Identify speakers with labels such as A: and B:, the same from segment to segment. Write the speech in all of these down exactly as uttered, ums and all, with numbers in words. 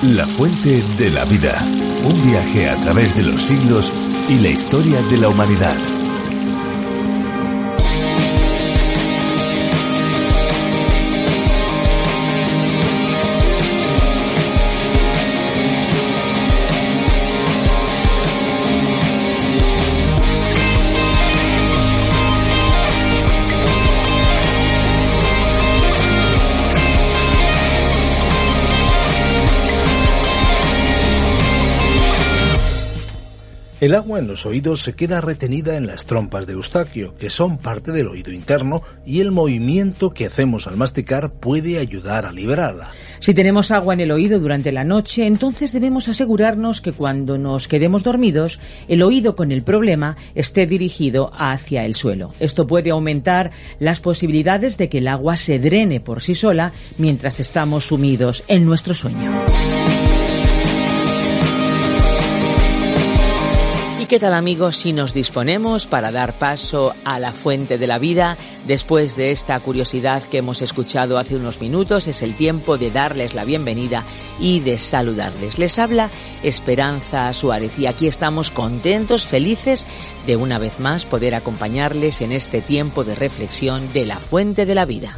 A: La fuente de la vida. Un viaje a través de los siglos y la historia de la humanidad.
B: El agua en los oídos se queda retenida en las trompas de Eustaquio, que son parte del oído interno, y el movimiento que hacemos al masticar puede ayudar a liberarla.
C: Si tenemos agua en el oído durante la noche, entonces debemos asegurarnos que cuando nos quedemos dormidos, el oído con el problema esté dirigido hacia el suelo. Esto puede aumentar las posibilidades de que el agua se drene por sí sola mientras estamos sumidos en nuestro sueño. ¿Y qué tal, amigos, si nos disponemos para dar paso a la fuente de la vida? Después de esta curiosidad que hemos escuchado hace unos minutos, es el tiempo de darles la bienvenida y de saludarles. Les habla Esperanza Suárez y aquí estamos contentos, felices de una vez más poder acompañarles en este tiempo de reflexión de la fuente de la vida.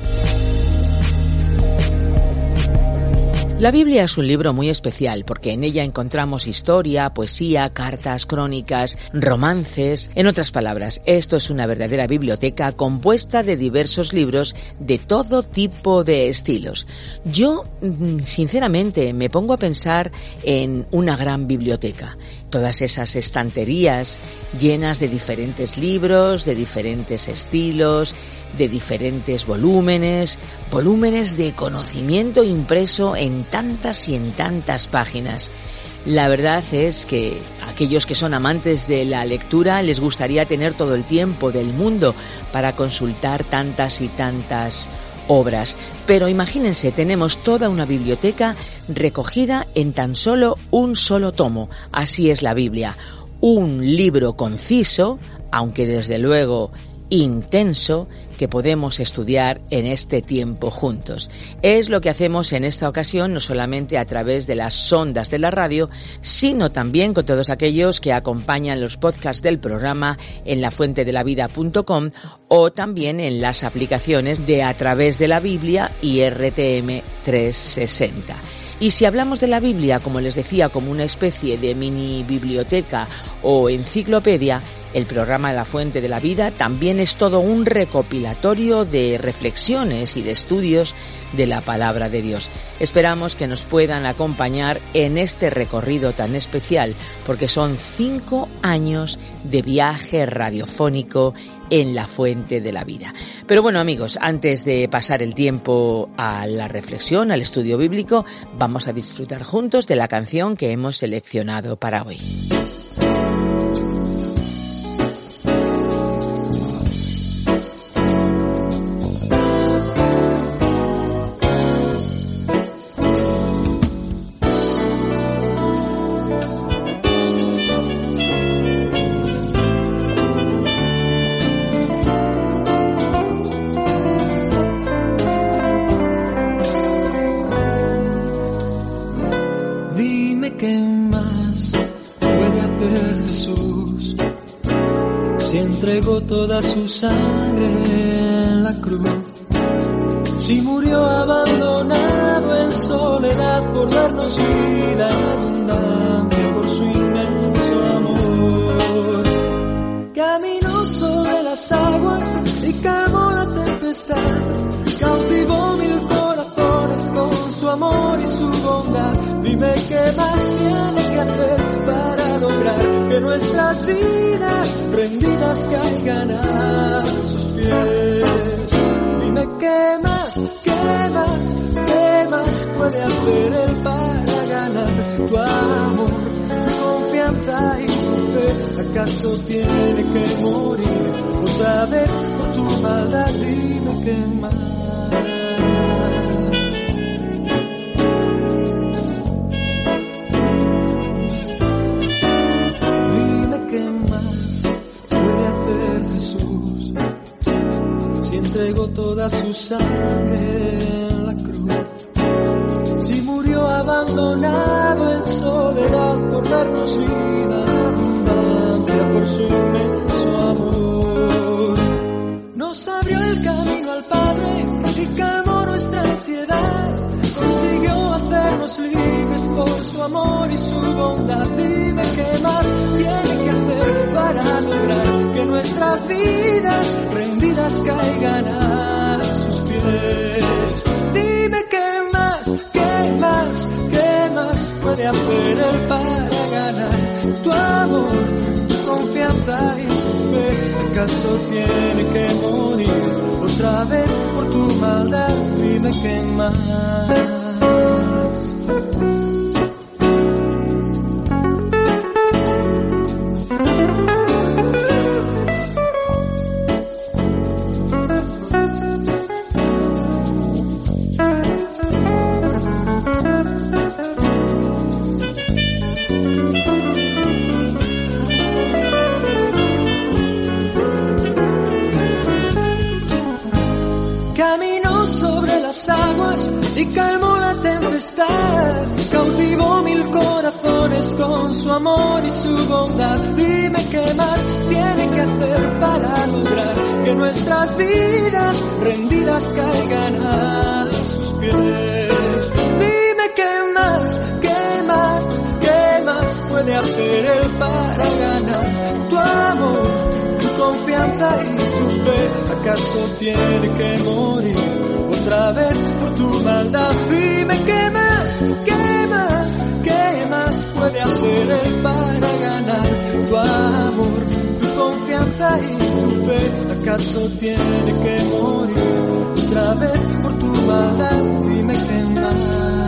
C: La Biblia es un libro muy especial porque en ella encontramos historia, poesía, cartas, crónicas, romances. En otras palabras, esto es una verdadera biblioteca compuesta de diversos libros de todo tipo de estilos. Yo, sinceramente, me pongo a pensar en una gran biblioteca. Todas esas estanterías llenas de diferentes libros, de diferentes estilos, de diferentes volúmenes, volúmenes de conocimiento impreso en tantas y en tantas páginas. La verdad es que a aquellos que son amantes de la lectura les gustaría tener todo el tiempo del mundo para consultar tantas y tantas obras. Pero imagínense, tenemos toda una biblioteca recogida en tan solo un solo tomo. Así es la Biblia. Un libro conciso, aunque desde luego intenso, que podemos estudiar en este tiempo juntos. Es lo que hacemos en esta ocasión, no solamente a través de las ondas de la radio, sino también con todos aquellos que acompañan los podcasts del programa en la fuente de la vida punto com o también en las aplicaciones de A Través de la Biblia y R T M trescientos sesenta. Y si hablamos de la Biblia, como les decía, como una especie de mini biblioteca o enciclopedia, el programa La Fuente de la Vida también es todo un recopilatorio de reflexiones y de estudios de la Palabra de Dios. Esperamos que nos puedan acompañar en este recorrido tan especial, porque son cinco años de viaje radiofónico en La Fuente de la Vida. Pero bueno, amigos, antes de pasar el tiempo a la reflexión, al estudio bíblico, vamos a disfrutar juntos de la canción que hemos seleccionado para hoy.
D: Toda su sangre en la cruz, si murió abandonado en soledad por darnos vida en abundancia por su inmenso amor, caminó sobre las aguas y calmó la tempestad, cautivó mil corazones con su amor y su bondad. Dime qué más tiene que hacer para lograr que nuestras vidas rendidas caigan a sus pies. Dime qué más, qué más, qué más puede hacer Él para ganar tu amor, tu confianza y tu fe. ¿Acaso tiene que morir otra vez por tu maldad? Dime qué más. Entregó toda su sangre en la cruz, si murió abandonado en soledad por darnos vida abundancia por su inmenso amor. Nos abrió el camino al Padre y calmó nuestra ansiedad. Consiguió hacernos libres por su amor y su bondad. Dime qué más tiene que hacer para lograr que nuestras vidas rendidas caigan a sus pies. Dime qué más, qué más, qué más puede hacer Él para ganar tu amor, tu confianza y tu fe. ¿Acaso tiene que morir otra vez por tu maldad? Dime qué más. Aguas y calmó la tempestad, cautivó mil corazones con su amor y su bondad. Dime qué más tiene que hacer para lograr que nuestras vidas rendidas caigan a sus pies. Dime qué más, qué más, qué más puede hacer Él para ganar tu amor, tu confianza y tu fe. ¿Acaso tiene que morir otra vez por tu maldad? Dime qué más, qué más, qué más puede hacer Él para ganar tu amor, tu confianza y tu fe. ¿Acaso tiene que morir otra vez por tu maldad? Dime qué más.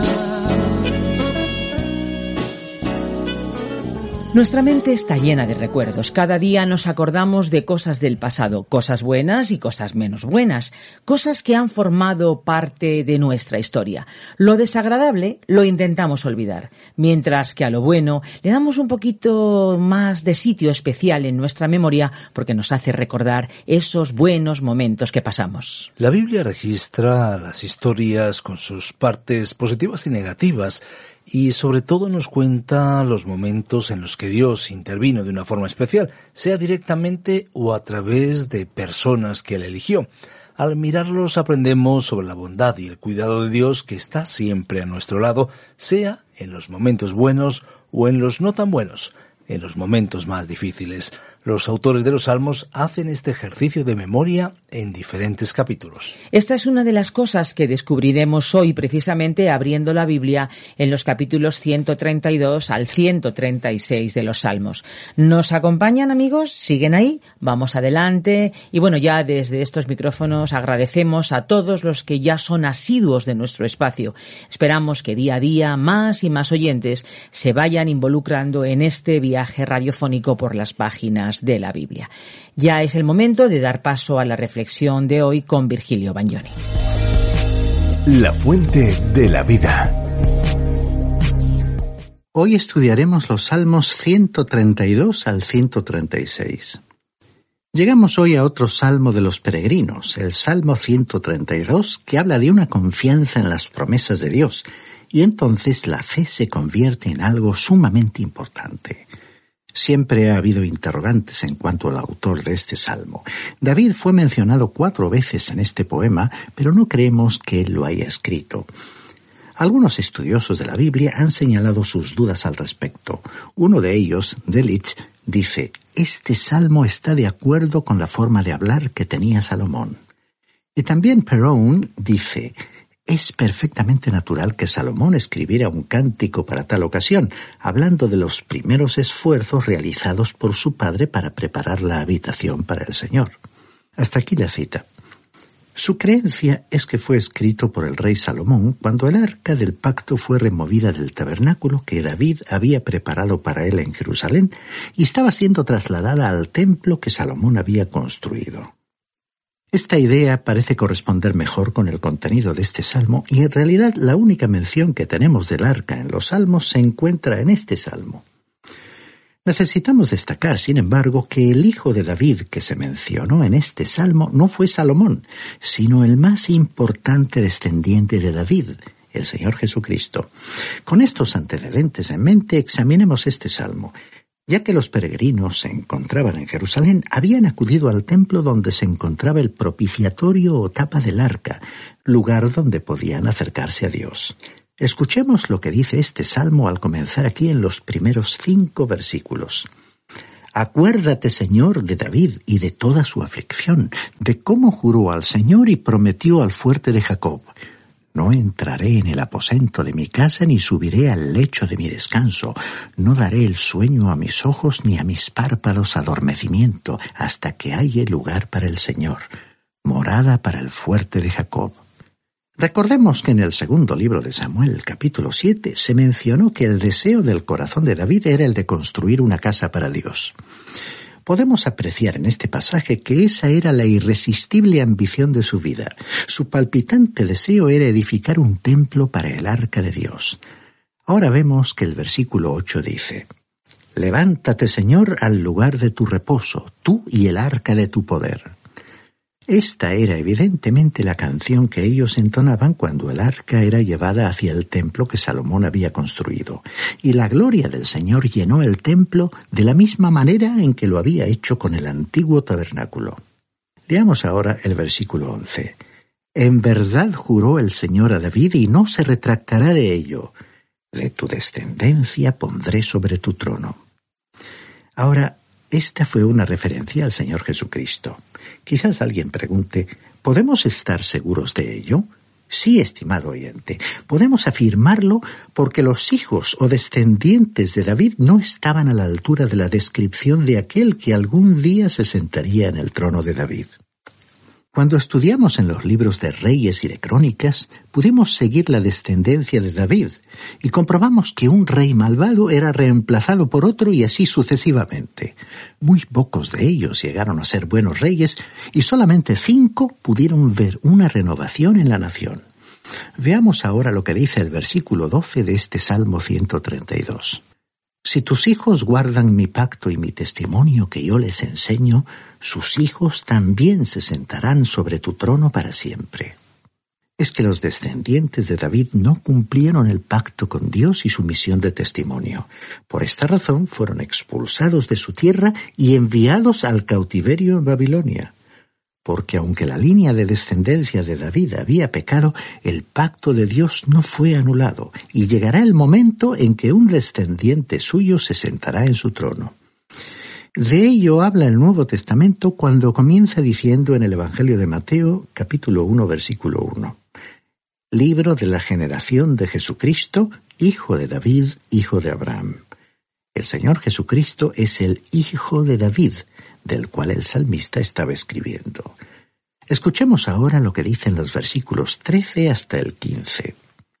C: Nuestra mente está llena de recuerdos. Cada día nos acordamos de cosas del pasado, cosas buenas y cosas menos buenas, cosas que han formado parte de nuestra historia. Lo desagradable lo intentamos olvidar, mientras que a lo bueno le damos un poquito más de sitio especial en nuestra memoria porque nos hace recordar esos buenos momentos que pasamos.
B: La Biblia registra las historias con sus partes positivas y negativas, y sobre todo nos cuenta los momentos en los que Dios intervino de una forma especial, sea directamente o a través de personas que Él eligió. Al mirarlos aprendemos sobre la bondad y el cuidado de Dios que está siempre a nuestro lado, sea en los momentos buenos o en los no tan buenos, en los momentos más difíciles. Los autores de los Salmos hacen este ejercicio de memoria en diferentes capítulos.
C: Esta es una de las cosas que descubriremos hoy, precisamente abriendo la Biblia en los capítulos ciento treinta y dos al ciento treinta y seis de los Salmos. ¿Nos acompañan, amigos? ¿Siguen ahí? Vamos adelante. Y bueno, ya desde estos micrófonos agradecemos a todos los que ya son asiduos de nuestro espacio. Esperamos que día a día más y más oyentes se vayan involucrando en este viaje radiofónico por las páginas de la Biblia. Ya es el momento de dar paso a la reflexión de hoy con Virgilio Bagnoni.
A: La fuente de la vida.
E: Hoy estudiaremos los Salmos ciento treinta y dos al ciento treinta y seis. Llegamos hoy a otro salmo de los peregrinos, el Salmo ciento treinta y dos, que habla de una confianza en las promesas de Dios, y entonces la fe se convierte en algo sumamente importante. Siempre ha habido interrogantes en cuanto al autor de este salmo. David fue mencionado cuatro veces en este poema, pero no creemos que él lo haya escrito. Algunos estudiosos de la Biblia han señalado sus dudas al respecto. Uno de ellos, Delitzsch, dice: este salmo está de acuerdo con la forma de hablar que tenía Salomón. Y también Perón dice: es perfectamente natural que Salomón escribiera un cántico para tal ocasión, hablando de los primeros esfuerzos realizados por su padre para preparar la habitación para el Señor. Hasta aquí la cita. Su creencia es que fue escrito por el rey Salomón cuando el arca del pacto fue removida del tabernáculo que David había preparado para él en Jerusalén y estaba siendo trasladada al templo que Salomón había construido. Esta idea parece corresponder mejor con el contenido de este salmo y en realidad la única mención que tenemos del arca en los salmos se encuentra en este salmo. Necesitamos destacar, sin embargo, que el hijo de David que se mencionó en este salmo no fue Salomón, sino el más importante descendiente de David, el Señor Jesucristo. Con estos antecedentes en mente, examinemos este salmo. Ya que los peregrinos se encontraban en Jerusalén, habían acudido al templo donde se encontraba el propiciatorio o tapa del arca, lugar donde podían acercarse a Dios. Escuchemos lo que dice este salmo al comenzar aquí en los primeros cinco versículos. Acuérdate, Señor, de David y de toda su aflicción, de cómo juró al Señor y prometió al fuerte de Jacob. No entraré en el aposento de mi casa ni subiré al lecho de mi descanso. No daré el sueño a mis ojos ni a mis párpados adormecimiento hasta que haya lugar para el Señor, morada para el fuerte de Jacob. Recordemos que en el segundo libro de Samuel, capítulo siete, se mencionó que el deseo del corazón de David era el de construir una casa para Dios. Podemos apreciar en este pasaje que esa era la irresistible ambición de su vida. Su palpitante deseo era edificar un templo para el arca de Dios. Ahora vemos que el versículo ocho dice: Levántate, Señor, al lugar de tu reposo, tú y el arca de tu poder. Esta era evidentemente la canción que ellos entonaban cuando el arca era llevada hacia el templo que Salomón había construido, y la gloria del Señor llenó el templo de la misma manera en que lo había hecho con el antiguo tabernáculo. Leamos ahora el versículo once. En verdad juró el Señor a David y no se retractará de ello. De tu descendencia pondré sobre tu trono. Ahora, esta fue una referencia al Señor Jesucristo. Quizás alguien pregunte, ¿podemos estar seguros de ello? Sí, estimado oyente, podemos afirmarlo porque los hijos o descendientes de David no estaban a la altura de la descripción de aquel que algún día se sentaría en el trono de David. Cuando estudiamos en los libros de Reyes y de Crónicas, pudimos seguir la descendencia de David y comprobamos que un rey malvado era reemplazado por otro y así sucesivamente. Muy pocos de ellos llegaron a ser buenos reyes y solamente cinco pudieron ver una renovación en la nación. Veamos ahora lo que dice el versículo doce de este Salmo ciento treinta y dos. Si tus hijos guardan mi pacto y mi testimonio que yo les enseño, sus hijos también se sentarán sobre tu trono para siempre. Es que los descendientes de David no cumplieron el pacto con Dios y su misión de testimonio. Por esta razón fueron expulsados de su tierra y enviados al cautiverio en Babilonia. Porque aunque la línea de descendencia de David había pecado, el pacto de Dios no fue anulado, y llegará el momento en que un descendiente suyo se sentará en su trono. De ello habla el Nuevo Testamento cuando comienza diciendo en el Evangelio de Mateo, capítulo uno, versículo uno. Libro de la generación de Jesucristo, hijo de David, hijo de Abraham. El Señor Jesucristo es el hijo de David, del cual el salmista estaba escribiendo. Escuchemos ahora lo que dicen los versículos trece hasta el quince.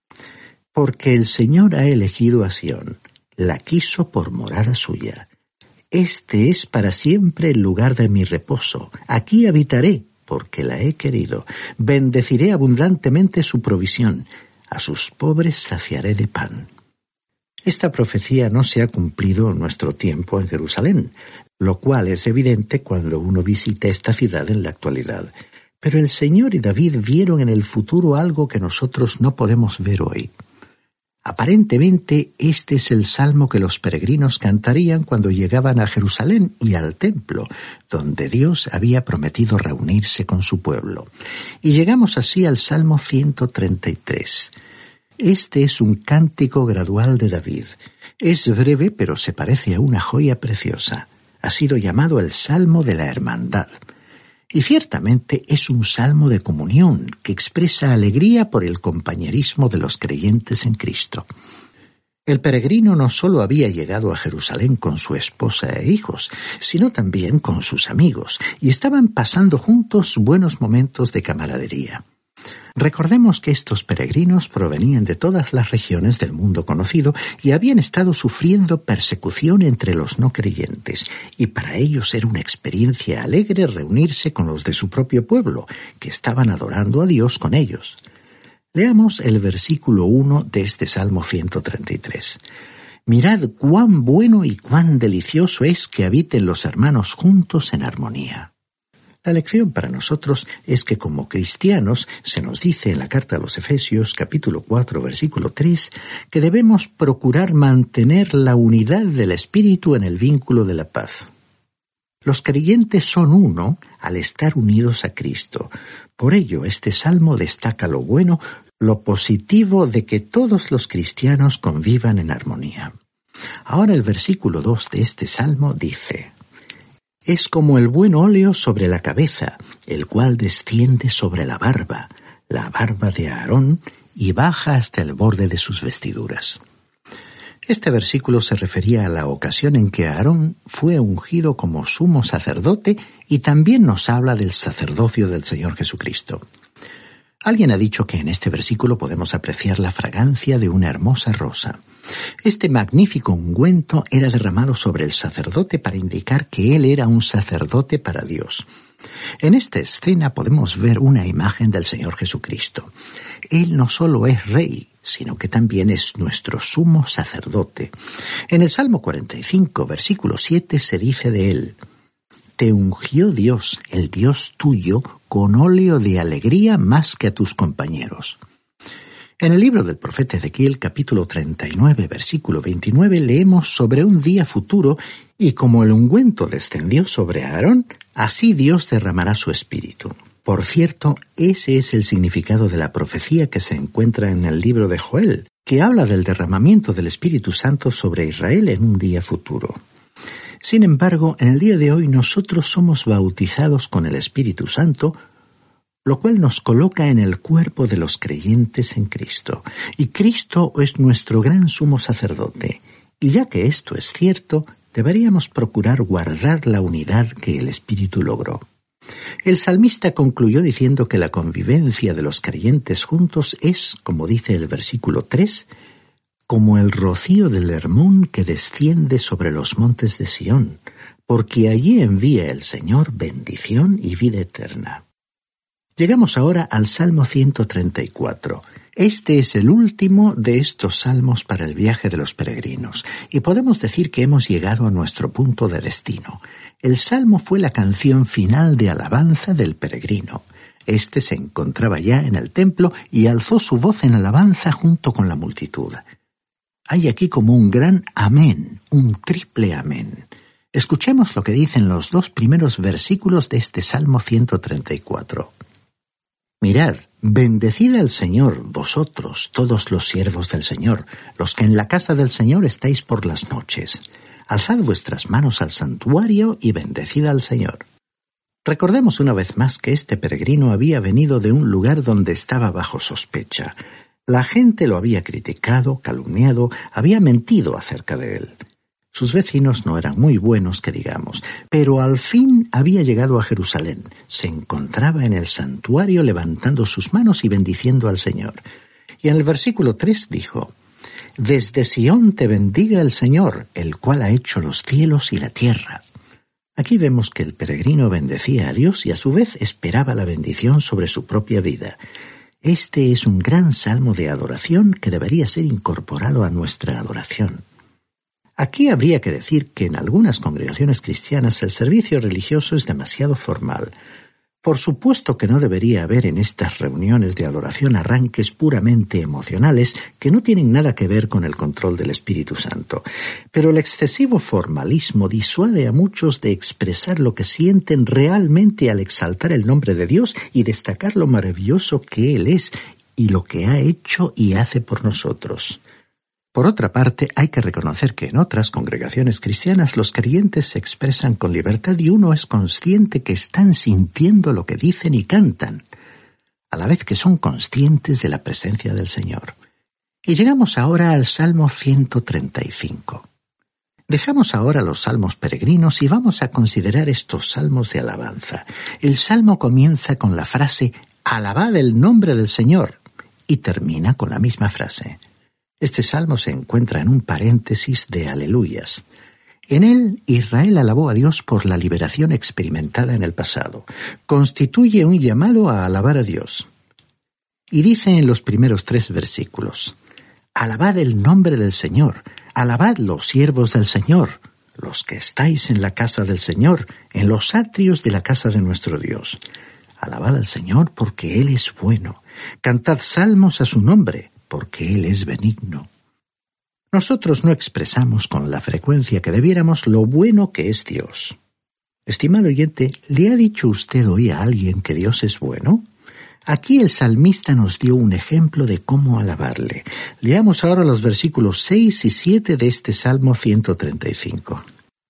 E: Porque el Señor ha elegido a Sión, la quiso por morada suya. Este es para siempre el lugar de mi reposo. Aquí habitaré, porque la he querido. Bendeciré abundantemente su provisión. A sus pobres saciaré de pan. Esta profecía no se ha cumplido en nuestro tiempo en Jerusalén, lo cual es evidente cuando uno visita esta ciudad en la actualidad. Pero el Señor y David vieron en el futuro algo que nosotros no podemos ver hoy. Aparentemente, este es el salmo que los peregrinos cantarían cuando llegaban a Jerusalén y al templo, donde Dios había prometido reunirse con su pueblo. Y llegamos así al Salmo ciento treinta y tres. Este es un cántico gradual de David. Es breve, pero se parece a una joya preciosa. Ha sido llamado el Salmo de la Hermandad. Y ciertamente es un salmo de comunión que expresa alegría por el compañerismo de los creyentes en Cristo. El peregrino no solo había llegado a Jerusalén con su esposa e hijos, sino también con sus amigos, y estaban pasando juntos buenos momentos de camaradería. Recordemos que estos peregrinos provenían de todas las regiones del mundo conocido y habían estado sufriendo persecución entre los no creyentes, y para ellos era una experiencia alegre reunirse con los de su propio pueblo, que estaban adorando a Dios con ellos. Leamos el versículo uno de este Salmo ciento treinta y tres. Mirad cuán bueno y cuán delicioso es que habiten los hermanos juntos en armonía. La lección para nosotros es que como cristianos se nos dice en la carta a los Efesios capítulo cuatro versículo tres que debemos procurar mantener la unidad del Espíritu en el vínculo de la paz. Los creyentes son uno al estar unidos a Cristo. Por ello, este salmo destaca lo bueno, lo positivo de que todos los cristianos convivan en armonía. Ahora el versículo dos de este salmo dice: es como el buen óleo sobre la cabeza, el cual desciende sobre la barba, la barba de Aarón, y baja hasta el borde de sus vestiduras. Este versículo se refería a la ocasión en que Aarón fue ungido como sumo sacerdote y también nos habla del sacerdocio del Señor Jesucristo. Alguien ha dicho que en este versículo podemos apreciar la fragancia de una hermosa rosa. Este magnífico ungüento era derramado sobre el sacerdote para indicar que él era un sacerdote para Dios. En esta escena podemos ver una imagen del Señor Jesucristo. Él no solo es rey, sino que también es nuestro sumo sacerdote. En el Salmo cuarenta y cinco, versículo siete, se dice de él: te ungió Dios, el Dios tuyo, con óleo de alegría más que a tus compañeros. En el libro del profeta Ezequiel, capítulo treinta y nueve, versículo veintinueve, leemos sobre un día futuro, y como el ungüento descendió sobre Aarón, así Dios derramará su espíritu. Por cierto, ese es el significado de la profecía que se encuentra en el libro de Joel, que habla del derramamiento del Espíritu Santo sobre Israel en un día futuro. Sin embargo, en el día de hoy nosotros somos bautizados con el Espíritu Santo, lo cual nos coloca en el cuerpo de los creyentes en Cristo. Y Cristo es nuestro gran sumo sacerdote. Y ya que esto es cierto, deberíamos procurar guardar la unidad que el Espíritu logró. El salmista concluyó diciendo que la convivencia de los creyentes juntos es, como dice el versículo tres, como el rocío del Hermón que desciende sobre los montes de Sión, porque allí envía el Señor bendición y vida eterna. Llegamos ahora al Salmo ciento treinta y cuatro. Este es el último de estos salmos para el viaje de los peregrinos, y podemos decir que hemos llegado a nuestro punto de destino. El salmo fue la canción final de alabanza del peregrino. Este se encontraba ya en el templo y alzó su voz en alabanza junto con la multitud. Hay aquí como un gran amén, un triple amén. Escuchemos lo que dicen los dos primeros versículos de este Salmo ciento treinta y cuatro. Mirad, bendecid al Señor, vosotros, todos los siervos del Señor, los que en la casa del Señor estáis por las noches. Alzad vuestras manos al santuario y bendecid al Señor. Recordemos una vez más que este peregrino había venido de un lugar donde estaba bajo sospecha. La gente lo había criticado, calumniado, había mentido acerca de él. Sus vecinos no eran muy buenos, que digamos, pero al fin había llegado a Jerusalén. Se encontraba en el santuario levantando sus manos y bendiciendo al Señor. Y en el versículo tres dijo: Desde Sión te bendiga el Señor, el cual ha hecho los cielos y la tierra. Aquí vemos que el peregrino bendecía a Dios y a su vez esperaba la bendición sobre su propia vida. Este es un gran salmo de adoración que debería ser incorporado a nuestra adoración. Aquí habría que decir que en algunas congregaciones cristianas el servicio religioso es demasiado formal. Por supuesto que no debería haber en estas reuniones de adoración arranques puramente emocionales que no tienen nada que ver con el control del Espíritu Santo. Pero el excesivo formalismo disuade a muchos de expresar lo que sienten realmente al exaltar el nombre de Dios y destacar lo maravilloso que Él es y lo que ha hecho y hace por nosotros. Por otra parte, hay que reconocer que en otras congregaciones cristianas los creyentes se expresan con libertad y uno es consciente que están sintiendo lo que dicen y cantan, a la vez que son conscientes de la presencia del Señor. Y llegamos ahora al Salmo ciento treinta y cinco. Dejamos ahora los salmos peregrinos y vamos a considerar estos salmos de alabanza. El salmo comienza con la frase «Alabad el nombre del Señor» y termina con la misma frase. Este salmo se encuentra en un paréntesis de aleluyas. En él, Israel alabó a Dios por la liberación experimentada en el pasado. Constituye un llamado a alabar a Dios. Y dice en los primeros tres versículos: Alabad el nombre del Señor, alabad los siervos del Señor, los que estáis en la casa del Señor, en los atrios de la casa de nuestro Dios. Alabad al Señor porque Él es bueno. Cantad salmos a su nombre, porque Él es benigno. Nosotros no expresamos con la frecuencia que debiéramos lo bueno que es Dios. Estimado oyente, ¿le ha dicho usted hoy a alguien que Dios es bueno? Aquí el salmista nos dio un ejemplo de cómo alabarle. Leamos ahora los versículos seis y siete de este Salmo ciento treinta y cinco.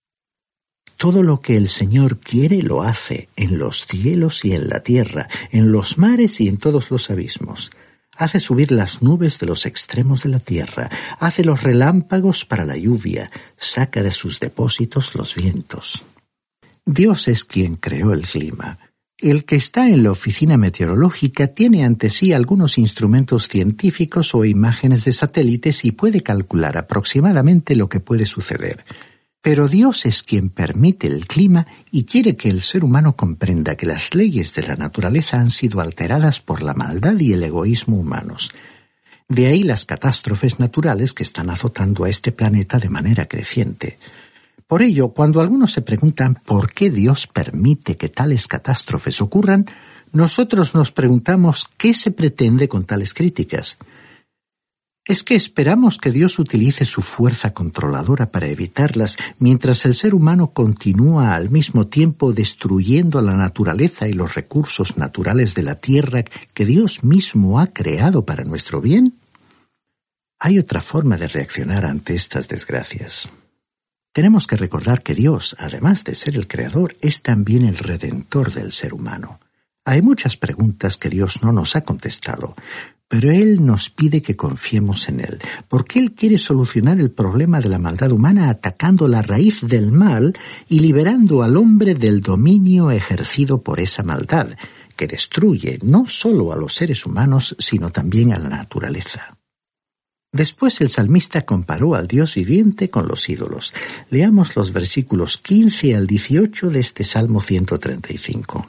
E: Todo lo que el Señor quiere lo hace, en los cielos y en la tierra, en los mares y en todos los abismos. Hace subir las nubes de los extremos de la tierra, hace los relámpagos para la lluvia, saca de sus depósitos los vientos. Dios es quien creó el clima. El que está en la oficina meteorológica tiene ante sí algunos instrumentos científicos o imágenes de satélites y puede calcular aproximadamente lo que puede suceder. Pero Dios es quien permite el clima y quiere que el ser humano comprenda que las leyes de la naturaleza han sido alteradas por la maldad y el egoísmo humanos. De ahí las catástrofes naturales que están azotando a este planeta de manera creciente. Por ello, cuando algunos se preguntan por qué Dios permite que tales catástrofes ocurran, nosotros nos preguntamos qué se pretende con tales críticas. ¿Es que esperamos que Dios utilice su fuerza controladora para evitarlas, mientras el ser humano continúa al mismo tiempo destruyendo la naturaleza y los recursos naturales de la tierra que Dios mismo ha creado para nuestro bien? Hay otra forma de reaccionar ante estas desgracias. Tenemos que recordar que Dios, además de ser el creador, es también el redentor del ser humano. Hay muchas preguntas que Dios no nos ha contestado, pero Él nos pide que confiemos en Él, porque Él quiere solucionar el problema de la maldad humana atacando la raíz del mal y liberando al hombre del dominio ejercido por esa maldad, que destruye no solo a los seres humanos, sino también a la naturaleza. Después el salmista comparó al Dios viviente con los ídolos. Leamos los versículos quince al dieciocho de este Salmo ciento treinta y cinco.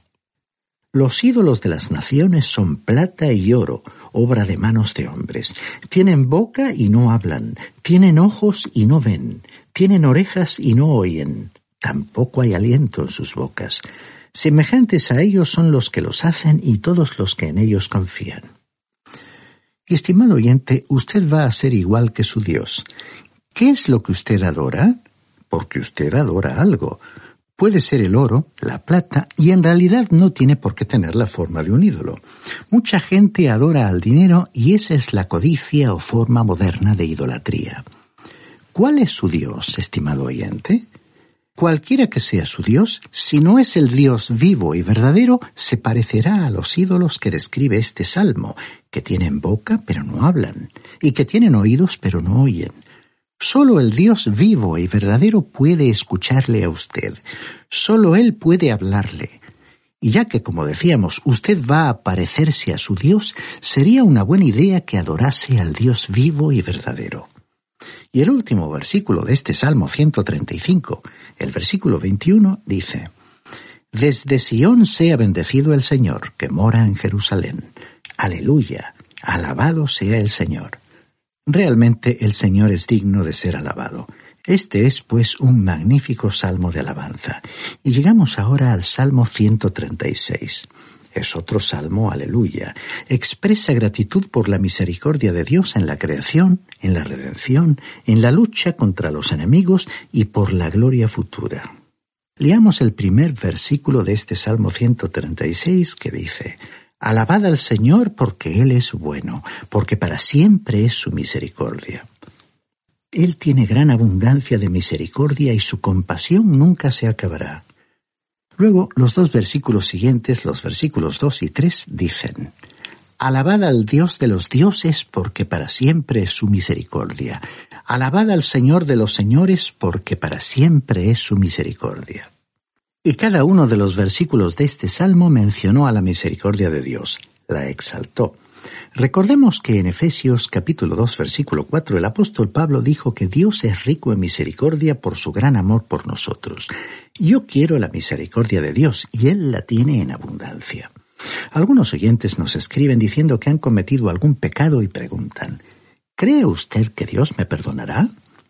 E: Los ídolos de las naciones son plata y oro, obra de manos de hombres. Tienen boca y no hablan, tienen ojos y no ven, tienen orejas y no oyen, tampoco hay aliento en sus bocas. Semejantes a ellos son los que los hacen y todos los que en ellos confían. Estimado oyente, usted va a ser igual que su Dios. ¿Qué es lo que usted adora? Porque usted adora algo. Puede ser el oro, la plata, y en realidad no tiene por qué tener la forma de un ídolo. Mucha gente adora al dinero y esa es la codicia o forma moderna de idolatría. ¿Cuál es su Dios, estimado oyente? Cualquiera que sea su Dios, si no es el Dios vivo y verdadero, se parecerá a los ídolos que describe este salmo, que tienen boca pero no hablan, y que tienen oídos pero no oyen. Solo el Dios vivo y verdadero puede escucharle a usted. Solo Él puede hablarle. Y ya que, como decíamos, usted va a parecerse a su Dios, sería una buena idea que adorase al Dios vivo y verdadero. Y el último versículo de este Salmo ciento treinta y cinco, el versículo veintiuno, dice: Desde Sión sea bendecido el Señor, que mora en Jerusalén. Aleluya, alabado sea el Señor. Realmente el Señor es digno de ser alabado. Este es, pues, un magnífico salmo de alabanza. Y llegamos ahora al Salmo ciento treinta y seis. Es otro salmo, aleluya. Expresa gratitud por la misericordia de Dios en la creación, en la redención, en la lucha contra los enemigos y por la gloria futura. Leamos el primer versículo de este Salmo ciento treinta y seis que dice: Alabad al Señor porque Él es bueno, porque para siempre es su misericordia. Él tiene gran abundancia de misericordia y su compasión nunca se acabará. Luego, los dos versículos siguientes, los versículos dos y tres, dicen: Alabad al Dios de los dioses porque para siempre es su misericordia. Alabad al Señor de los señores porque para siempre es su misericordia. Y cada uno de los versículos de este salmo mencionó a la misericordia de Dios, la exaltó. Recordemos que en Efesios capítulo dos versículo cuatro el apóstol Pablo dijo que Dios es rico en misericordia por su gran amor por nosotros. Yo quiero la misericordia de Dios y Él la tiene en abundancia. Algunos oyentes nos escriben diciendo que han cometido algún pecado y preguntan: ¿cree usted que Dios me perdonará?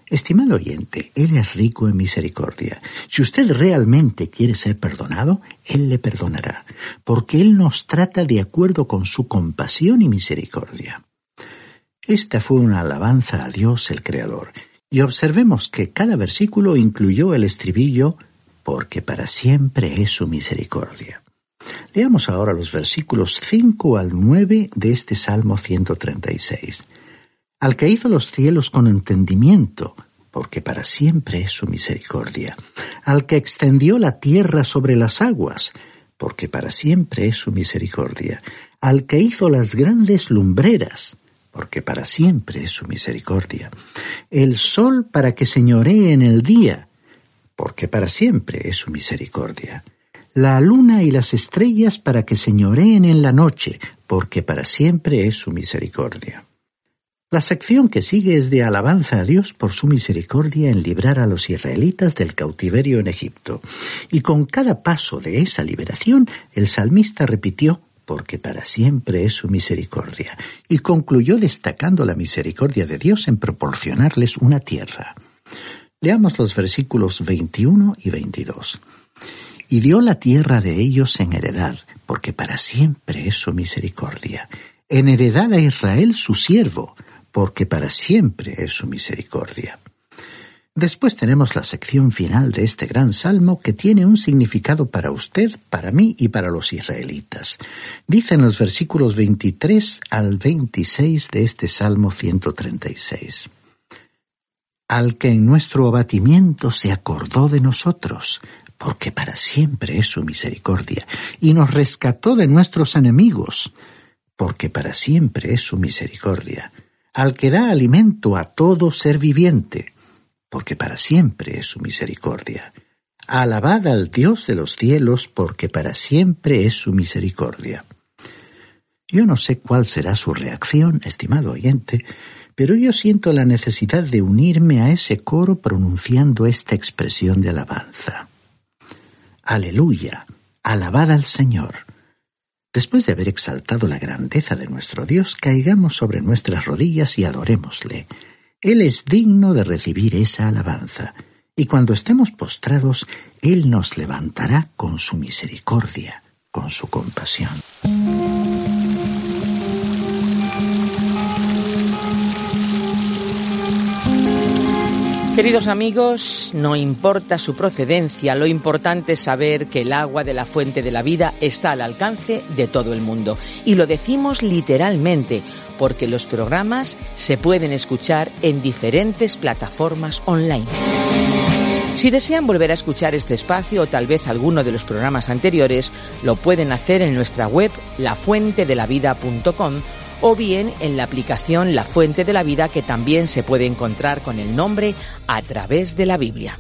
E: Estimado oyente, Él es rico en misericordia. Si usted realmente quiere ser perdonado, Él le perdonará, porque Él nos trata de acuerdo con su compasión y misericordia. Esta fue una alabanza a Dios el Creador, y observemos que cada versículo incluyó el estribillo, porque para siempre es su misericordia. Leamos ahora los versículos cinco al nueve de este Salmo ciento treinta y seis. Al que hizo los cielos con entendimiento, porque para siempre es su misericordia. Al que extendió la tierra sobre las aguas, porque para siempre es su misericordia. Al que hizo las grandes lumbreras, porque para siempre es su misericordia. El sol para que señoree en el día, porque para siempre es su misericordia. La luna y las estrellas para que señoreen en la noche, porque para siempre es su misericordia. La sección que sigue es de alabanza a Dios por su misericordia en librar a los israelitas del cautiverio en Egipto. Y con cada paso de esa liberación, el salmista repitió, porque para siempre es su misericordia, y concluyó destacando la misericordia de Dios en proporcionarles una tierra. Leamos los versículos veintiuno y veintidós. Y dio la tierra de ellos en heredad, porque para siempre es su misericordia. En heredad a Israel su siervo, porque para siempre es su misericordia. Después tenemos la sección final de este gran salmo que tiene un significado para usted, para mí y para los israelitas. Dicen los versículos veintitrés al veintiséis de este Salmo ciento treinta y seis. Al que en nuestro abatimiento se acordó de nosotros, porque para siempre es su misericordia, y nos rescató de nuestros enemigos, porque para siempre es su misericordia. Al que da alimento a todo ser viviente, porque para siempre es su misericordia. Alabad al Dios de los cielos, porque para siempre es su misericordia. Yo no sé cuál será su reacción, estimado oyente, pero yo siento la necesidad de unirme a ese coro pronunciando esta expresión de alabanza. Aleluya, alabad al Señor. Después de haber exaltado la grandeza de nuestro Dios, caigamos sobre nuestras rodillas y adorémosle. Él es digno de recibir esa alabanza, y cuando estemos postrados, Él nos levantará con su misericordia, con su compasión.
C: Queridos amigos, no importa su procedencia, lo importante es saber que el agua de la fuente de la vida está al alcance de todo el mundo. Y lo decimos literalmente, porque los programas se pueden escuchar en diferentes plataformas online. Si desean volver a escuchar este espacio o tal vez alguno de los programas anteriores, lo pueden hacer en nuestra web la fuente de la vida punto com o bien en la aplicación La Fuente de la Vida, que también se puede encontrar con el nombre A Través de la Biblia.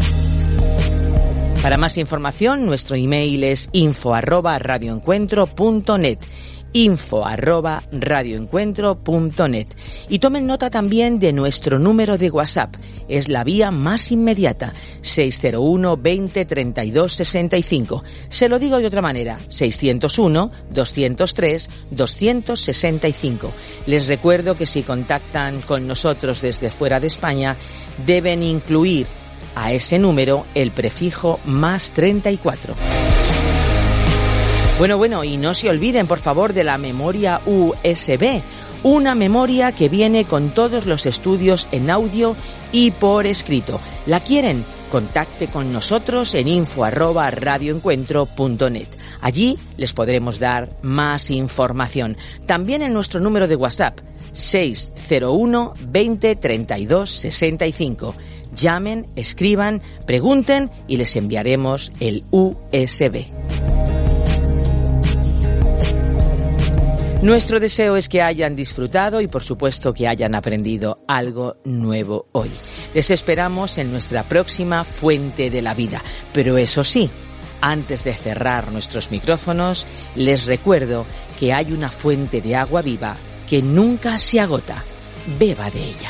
C: Para más información, nuestro email es info arroba radioencuentro punto net. info arroba radioencuentro punto net. Y tomen nota también de nuestro número de WhatsApp. Es la vía más inmediata, seis cero uno, veinte, treinta y dos, sesenta y cinco. Se lo digo de otra manera, seiscientos uno, doscientos tres, doscientos sesenta y cinco. Les recuerdo que si contactan con nosotros desde fuera de España, deben incluir a ese número el prefijo más treinta y cuatro. Bueno, bueno, y no se olviden, por favor, de la memoria U S B, una memoria que viene con todos los estudios en audio y por escrito. ¿La quieren? Contacte con nosotros en info arroba radioencuentro punto net. Allí les podremos dar más información. También en nuestro número de WhatsApp, seis cero uno, veinte, treinta y dos, sesenta y cinco. Llamen, escriban, pregunten y les enviaremos el U S B. Nuestro deseo es que hayan disfrutado y por supuesto que hayan aprendido algo nuevo hoy. Les esperamos en nuestra próxima Fuente de la Vida. Pero eso sí, antes de cerrar nuestros micrófonos, les recuerdo que hay una fuente de agua viva que nunca se agota. Beba de ella.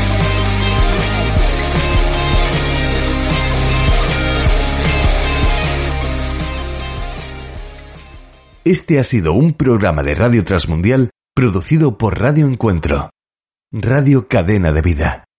A: Este ha sido un programa de Radio Transmundial producido por Radio Encuentro, Radio Cadena de Vida.